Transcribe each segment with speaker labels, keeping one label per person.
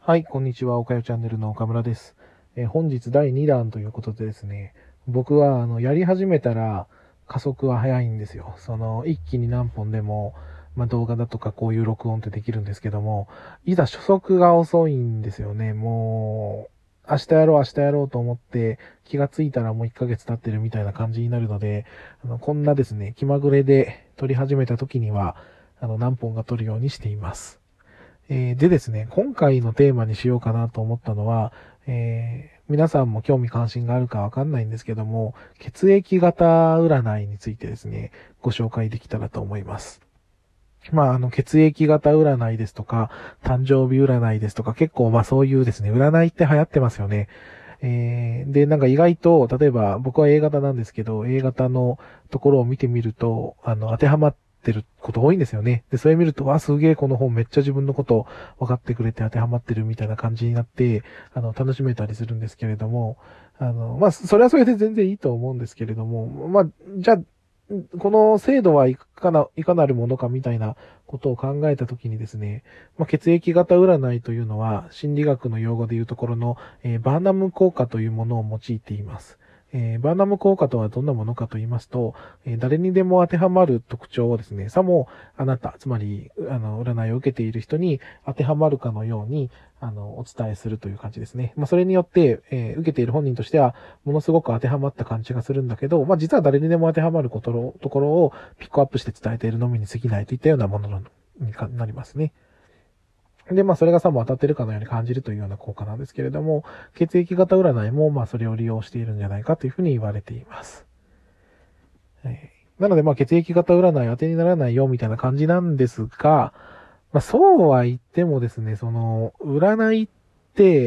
Speaker 1: はい、こんにちは。おかよチャンネルの岡村です。本日第2弾ということでですね、僕はやり始めたら加速は早いんですよ。一気に何本でも、動画だとかこういう録音ってできるんですけども、いざ初速が遅いんですよね。もう、明日やろうと思って気がついたらもう1ヶ月経ってるみたいな感じになるので、こんなですね、気まぐれで撮り始めた時には、何本か撮るようにしています。でですね、今回のテーマにしようかなと思ったのは、皆さんも興味関心があるかわかんないんですけども、血液型占いについてですね、ご紹介できたらと思います。血液型占いですとか、誕生日占いですとか、結構そういうですね、占いって流行ってますよね。で、なんか意外と、例えば僕は A 型なんですけど、A 型のところを見てみると、当てはまってること多いんですよね。で、それ見ると、すげえこの本めっちゃ自分のこと分かってくれて当てはまってるみたいな感じになって、楽しめたりするんですけれども、それはそれで全然いいと思うんですけれども、じゃあ、この制度はいかなるものかみたいなことを考えたときにですね、血液型占いというのは心理学の用語でいうところの、バーナム効果というものを用いています。バーナム効果とはどんなものかと言いますと、誰にでも当てはまる特徴をですね、さもあなた、つまり、占いを受けている人に当てはまるかのように、お伝えするという感じですね。それによって、受けている本人としては、ものすごく当てはまった感じがするんだけど、実は誰にでも当てはまるところをピックアップして伝えているのみに過ぎないといったようなものになりますね。で、それがさも当たってるかのように感じるというような効果なんですけれども、血液型占いも、それを利用しているんじゃないかというふうに言われています。なので、血液型占い当てにならないよみたいな感じなんですが、そうは言ってもですね、占いって、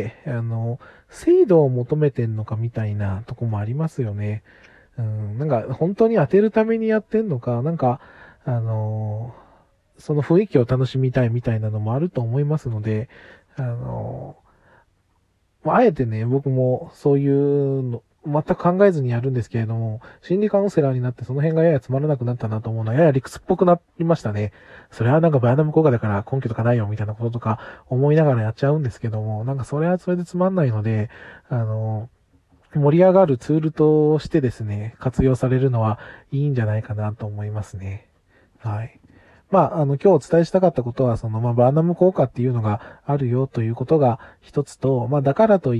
Speaker 1: 精度を求めてんのかみたいなとこもありますよね。なんか、本当に当てるためにやってんのか、なんか、その雰囲気を楽しみたいみたいなのもあると思いますので、あのあえてね、僕もそういうの、全く考えずにやるんですけれども、心理カウンセラーになってその辺がややつまらなくなったなと思うのは、やや理屈っぽくなりましたね。それはなんかバイアナム効果だから根拠とかないよみたいなこととか思いながらやっちゃうんですけども、なんかそれはそれでつまんないので、盛り上がるツールとしてですね、活用されるのはいいんじゃないかなと思いますね。はい。今日お伝えしたかったことは、バーナム効果っていうのがあるよということが一つと、だからといって、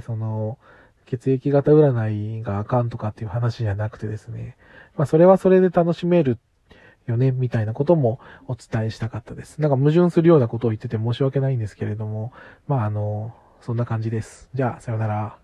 Speaker 1: 血液型占いがあかんとかっていう話じゃなくてですね、それはそれで楽しめるよね、みたいなこともお伝えしたかったです。なんか矛盾するようなことを言ってて申し訳ないんですけれども、そんな感じです。じゃあ、さようなら。